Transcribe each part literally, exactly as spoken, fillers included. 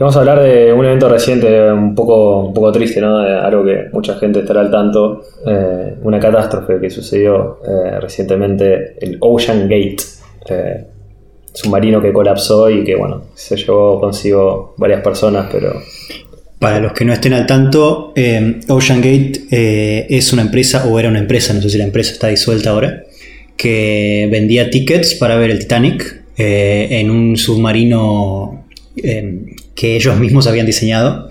Vamos a hablar de un evento reciente un poco, un poco triste, ¿no? De algo que mucha gente estará al tanto. Eh, una catástrofe que sucedió eh, recientemente, el Ocean Gate. Eh, submarino que colapsó y que, bueno, se llevó consigo varias personas, pero... Para los que no estén al tanto, eh, Ocean Gate eh, es una empresa, o era una empresa, no sé si la empresa está disuelta ahora, que vendía tickets para ver el Titanic eh, en un submarino eh, que ellos mismos habían diseñado,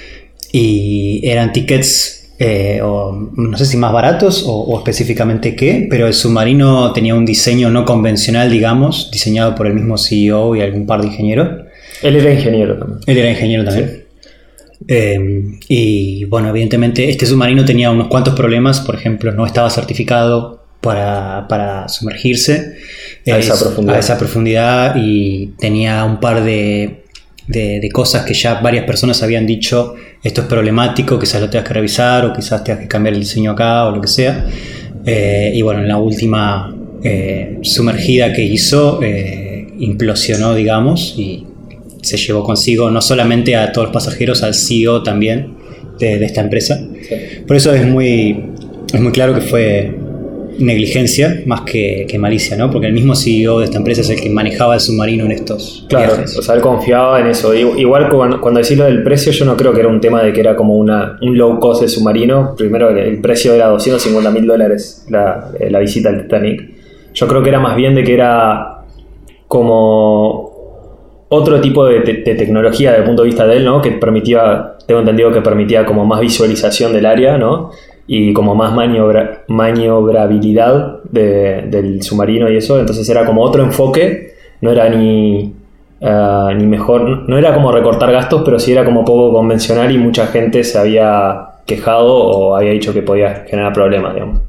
y eran tickets eh, o, no sé si más baratos o, o específicamente qué, pero el submarino tenía un diseño no convencional, digamos, diseñado por el mismo C E O y algún par de ingenieros. Él era ingeniero también. Él era ingeniero también. Sí. Eh, y bueno, evidentemente este submarino tenía unos cuantos problemas. Por ejemplo, no estaba certificado para, para sumergirse a, es, esa profundidad. a esa profundidad, y tenía un par de, de, de cosas que ya varias personas habían dicho: esto es problemático, quizás lo tengas que revisar, o quizás tengas que cambiar el diseño acá, o lo que sea. Eh, y bueno, en la última eh, sumergida que hizo eh, implosionó, digamos, y se llevó consigo no solamente a todos los pasajeros, al C E O también de, de esta empresa. Sí. Por eso es muy, es muy claro que fue negligencia más que, que malicia, ¿no? Porque el mismo C E O de esta empresa es el que manejaba el submarino en estos claro, viajes. O sea, él confiaba en eso. Igual cuando, cuando decís lo del precio, yo no creo que era un tema de que era como una, un low cost de submarino. Primero, el precio era doscientos cincuenta mil dólares la, la visita al Titanic. Yo creo que era más bien de que era como otro tipo de, te- de tecnología desde el punto de vista de él, ¿no? Que permitía, tengo entendido que permitía como más visualización del área, ¿no? Y como más maniobra, maniobrabilidad de, del submarino y eso. Entonces era como otro enfoque. No era ni, uh, ni mejor, no era como recortar gastos, pero sí era como poco convencional, y mucha gente se había quejado o había dicho que podía generar problemas, digamos.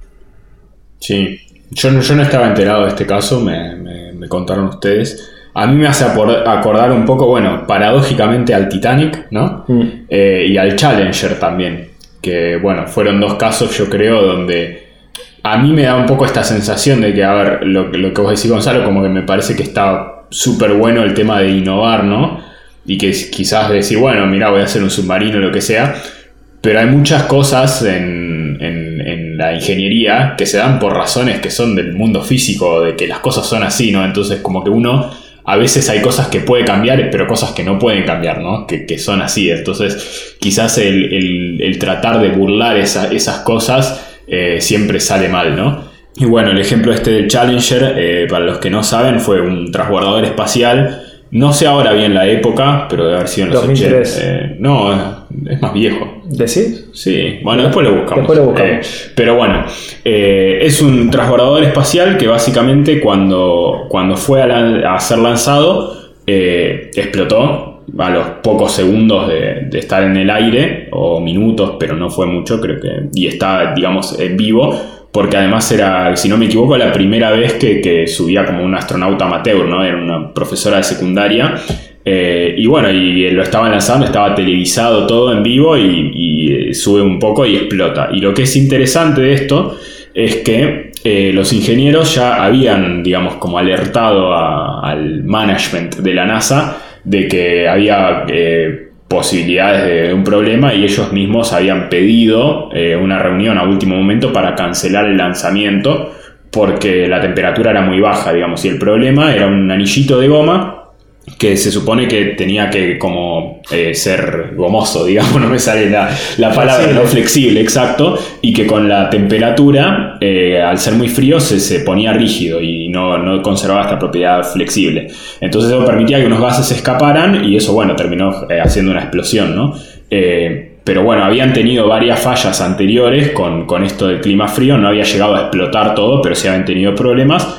Sí, yo no, yo no estaba enterado de este caso, me, me, me contaron ustedes. A mí me hace acordar un poco, bueno, paradójicamente al Titanic, ¿no? Mm. Eh, y al Challenger también, que, bueno, fueron dos casos, yo creo, donde a mí me da un poco esta sensación de que, a ver, lo, lo que vos decís, Gonzalo, como que me parece que está súper bueno el tema de innovar, ¿no? Y que quizás decir, bueno, mira, voy a hacer un submarino o lo que sea, pero hay muchas cosas en, en, en la ingeniería que se dan por razones que son del mundo físico, de que las cosas son así, ¿no? Entonces, como que uno... A veces hay cosas que puede cambiar, pero cosas que no pueden cambiar, ¿no? Que, que son así. Entonces, quizás el, el, el tratar de burlar esa, esas cosas eh, siempre sale mal, ¿no? Y bueno, el ejemplo este del Challenger, eh, para los que no saben, fue un transbordador espacial. No sé ahora bien la época, pero debe haber sido en los dos mil tres. ochenta. Eh, no, es más viejo. ¿Decís? Sí, bueno, después lo buscamos. Después lo buscamos. Eh, pero bueno, eh, es un transbordador espacial que básicamente cuando, cuando fue a, la, a ser lanzado, eh, explotó a los pocos segundos de, de estar en el aire, o minutos, pero no fue mucho, creo que, y está, digamos, en vivo. Porque además era, si no me equivoco, la primera vez que, que subía como un astronauta amateur, ¿no? Era una profesora de secundaria. Eh, y bueno, y lo estaban lanzando, estaba televisado todo en vivo, y, y sube un poco y explota. Y lo que es interesante de esto es que eh, los ingenieros ya habían, digamos, como alertado a, al management de la NASA de que había... Eh, posibilidades de un problema, y ellos mismos habían pedido eh, una reunión a último momento para cancelar el lanzamiento porque la temperatura era muy baja, digamos, y el problema era un anillito de goma que se supone que tenía que como eh, ser gomoso, digamos, no me sale la, la palabra, flexible. No flexible, exacto, y que con la temperatura, eh, al ser muy frío, se, se ponía rígido y no, no conservaba esta propiedad flexible. Entonces eso permitía que unos gases escaparan, y eso, bueno, terminó eh, haciendo una explosión, ¿no? Eh, pero bueno, habían tenido varias fallas anteriores con, con esto del clima frío, no había llegado a explotar todo, pero sí habían tenido problemas.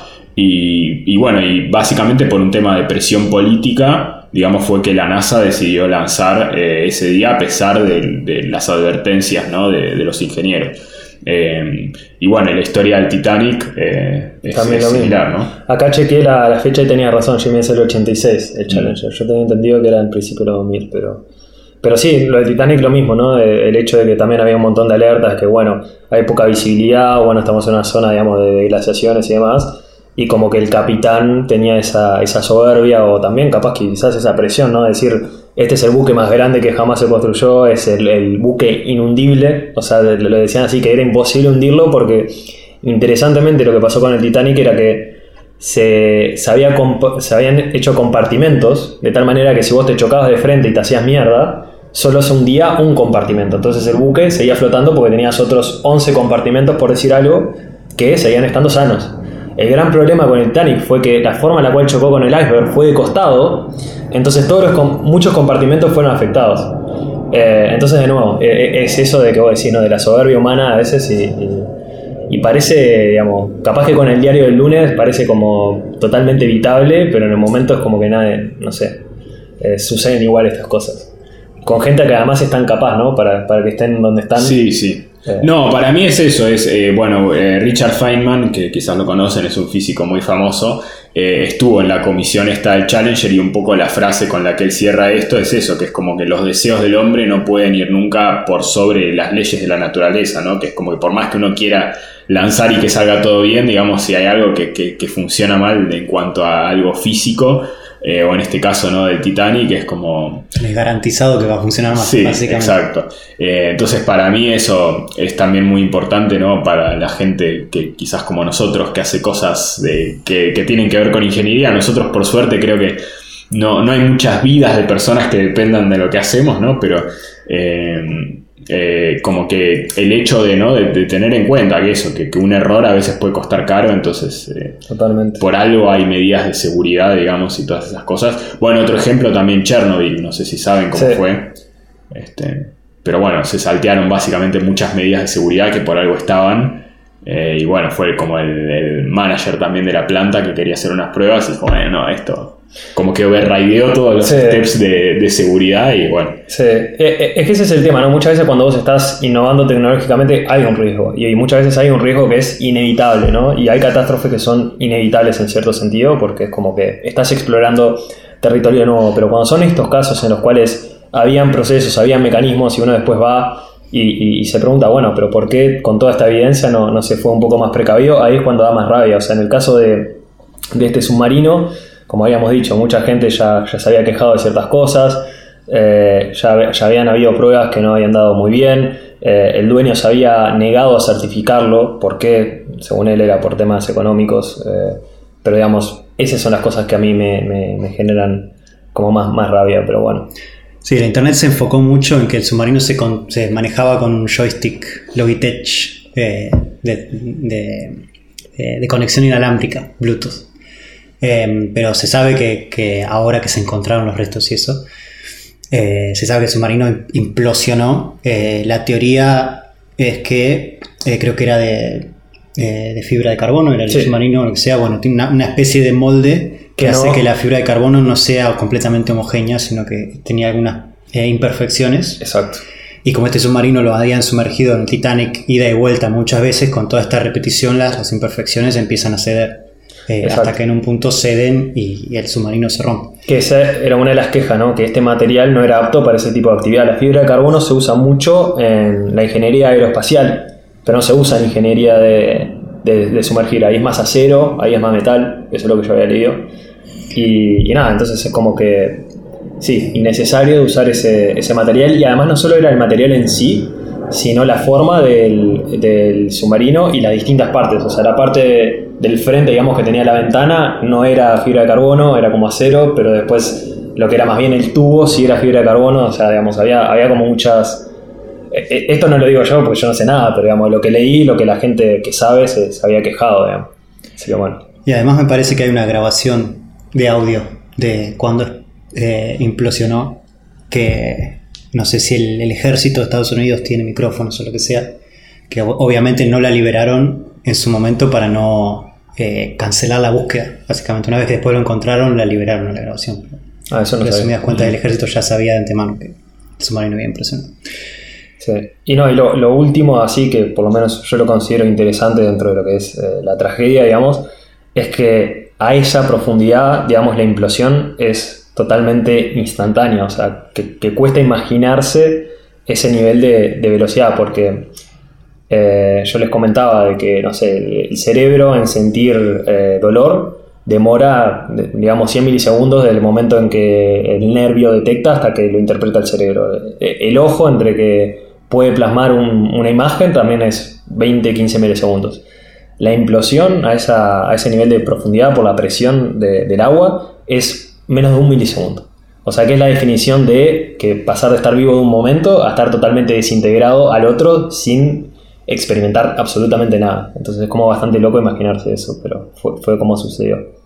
Y, y bueno, y básicamente por un tema de presión política, digamos, fue que la NASA decidió lanzar eh, ese día a pesar de, de las advertencias, ¿no? de, de los ingenieros. Eh, y bueno, la historia del Titanic eh, es, es similar, ¿no? Acá chequeé la, la fecha y tenía razón, Jimmy, es el ochenta y seis, el Challenger. Mm. Yo tenía entendido que era en principio de dos mil, pero... Pero sí, lo del Titanic lo mismo, ¿no? El hecho de que también había un montón de alertas, que bueno, hay poca visibilidad, bueno, estamos en una zona, digamos, de glaciaciones y demás... Y como que el capitán tenía esa, esa soberbia, o también capaz que quizás esa presión, ¿no? De decir, este es el buque más grande que jamás se construyó, es el, el buque inundible, o sea, lo decían así que era imposible hundirlo porque interesantemente lo que pasó con el Titanic era que se, se, había comp- se habían hecho compartimentos de tal manera que si vos te chocabas de frente y te hacías mierda, solo se hundía un compartimento, entonces el buque seguía flotando porque tenías otros once compartimentos, por decir algo, que seguían estando sanos. El gran problema con el Titanic fue que la forma en la cual chocó con el iceberg fue de costado, entonces todos los com- muchos compartimentos fueron afectados. Eh, entonces, de nuevo, eh, es eso de que vos decís, ¿no? De la soberbia humana a veces y, y, y parece, digamos, capaz que con el diario del lunes parece como totalmente evitable, pero en el momento es como que nada, no sé, eh, suceden igual estas cosas. Con gente que además es tan capaz, ¿no? Para, para que estén donde están. Sí, sí. No, para mí es eso, es, eh, bueno, eh, Richard Feynman, que quizás lo conocen, es un físico muy famoso, eh, estuvo en la comisión esta del Challenger y un poco la frase con la que él cierra esto es eso, que es como que los deseos del hombre no pueden ir nunca por sobre las leyes de la naturaleza, ¿no? Que es como que por más que uno quiera lanzar y que salga todo bien, digamos, si hay algo que, que, que funciona mal en cuanto a algo físico, Eh, o en este caso, ¿no? Del Titanic, es como... Es garantizado que va a funcionar más, sí, básicamente. Exacto. Eh, entonces, para mí eso es también muy importante, ¿no? Para la gente que quizás como nosotros, que hace cosas de, que, que tienen que ver con ingeniería. Nosotros, por suerte, creo que no, no hay muchas vidas de personas que dependan de lo que hacemos, ¿no? Pero... Eh, Eh, como que el hecho de, ¿no? de, de tener en cuenta que eso, que, que un error a veces puede costar caro, entonces eh, Totalmente. Por algo hay medidas de seguridad, digamos, y todas esas cosas. Bueno, otro ejemplo también Chernobyl, no sé si saben cómo sí. fue, este, pero bueno, se saltearon básicamente muchas medidas de seguridad que por algo estaban, eh, y bueno, fue como el, el manager también de la planta que quería hacer unas pruebas y dijo, bueno, no, esto... Como que overrideó todos los sí. steps de, de seguridad y bueno. Sí, es que ese es el tema, ¿no? Muchas veces cuando vos estás innovando tecnológicamente hay un riesgo y muchas veces hay un riesgo que es inevitable, ¿no? Y hay catástrofes que son inevitables en cierto sentido porque es como que estás explorando territorio nuevo, pero cuando son estos casos en los cuales habían procesos, habían mecanismos y uno después va y, y, y se pregunta, bueno, pero ¿por qué con toda esta evidencia no, no se fue un poco más precavido? Ahí es cuando da más rabia, o sea, en el caso de, de este submarino, como habíamos dicho, mucha gente ya, ya se había quejado de ciertas cosas, eh, ya, ya habían habido pruebas que no habían dado muy bien, eh, el dueño se había negado a certificarlo, porque según él era por temas económicos, eh, pero digamos, esas son las cosas que a mí me, me, me generan como más, más rabia, pero bueno. Sí, la internet se enfocó mucho en que el submarino se, con, se manejaba con un joystick Logitech eh, de, de, de, de conexión inalámbrica, Bluetooth. Eh, pero se sabe que, que ahora que se encontraron los restos y eso, eh, se sabe que el submarino implosionó. Eh, la teoría es que eh, creo que era de, eh, de fibra de carbono, era el sí. submarino, lo que sea, bueno, tiene una, una especie de molde que, que hace no. que la fibra de carbono no sea completamente homogénea, sino que tenía algunas eh, imperfecciones. Exacto. Y como este submarino lo habían sumergido en el Titanic ida y vuelta muchas veces, con toda esta repetición las, las imperfecciones empiezan a ceder. Eh, hasta que en un punto ceden y, y el submarino se rompe. Que esa era una de las quejas, ¿no? Que este material no era apto para ese tipo de actividad. La fibra de carbono se usa mucho en la ingeniería aeroespacial, pero no se usa en ingeniería de, de, de sumergir. Ahí es más acero, ahí es más metal, eso es lo que yo había leído. Y, y nada, entonces es como que sí, innecesario usar ese, ese material. Y además no solo era el material en sí, sino la forma del, del submarino y las distintas partes. O sea, la parte del frente, digamos, que tenía la ventana no era fibra de carbono, era como acero, pero después lo que era más bien el tubo sí era fibra de carbono. O sea, digamos, había, había como muchas... Esto no lo digo yo porque yo no sé nada, pero digamos, lo que leí, lo que la gente que sabe se, se había quejado, digamos. Así que bueno. Y además me parece que hay una grabación de audio de cuando eh, implosionó, que no sé si el, el ejército de Estados Unidos tiene micrófonos o lo que sea, que obviamente no la liberaron en su momento para no eh, cancelar la búsqueda. Básicamente, una vez que después lo encontraron, la liberaron en la grabación. Ah, eso no sabía. Resumidas cuentas, Mm. el ejército ya sabía de antemano que el submarino había impresionado. Sí. Y no, y lo, lo último, así que por lo menos yo lo considero interesante dentro de lo que es eh, la tragedia, digamos, es que a esa profundidad, digamos, la implosión es totalmente instantánea. O sea, que, que cuesta imaginarse ese nivel de, de velocidad, porque eh, yo les comentaba de que, no sé, el, el cerebro en sentir eh, dolor demora, digamos, cien milisegundos del momento en que el nervio detecta hasta que lo interpreta el cerebro. El ojo, entre que puede plasmar un, una imagen, también es veinte a quince milisegundos. La implosión a, esa, a ese nivel de profundidad por la presión de, del agua es menos de un milisegundo. O sea que es la definición de que pasar de estar vivo de un momento a estar totalmente desintegrado al otro sin experimentar absolutamente nada. Entonces es como bastante loco imaginarse eso, pero fue, fue como sucedió.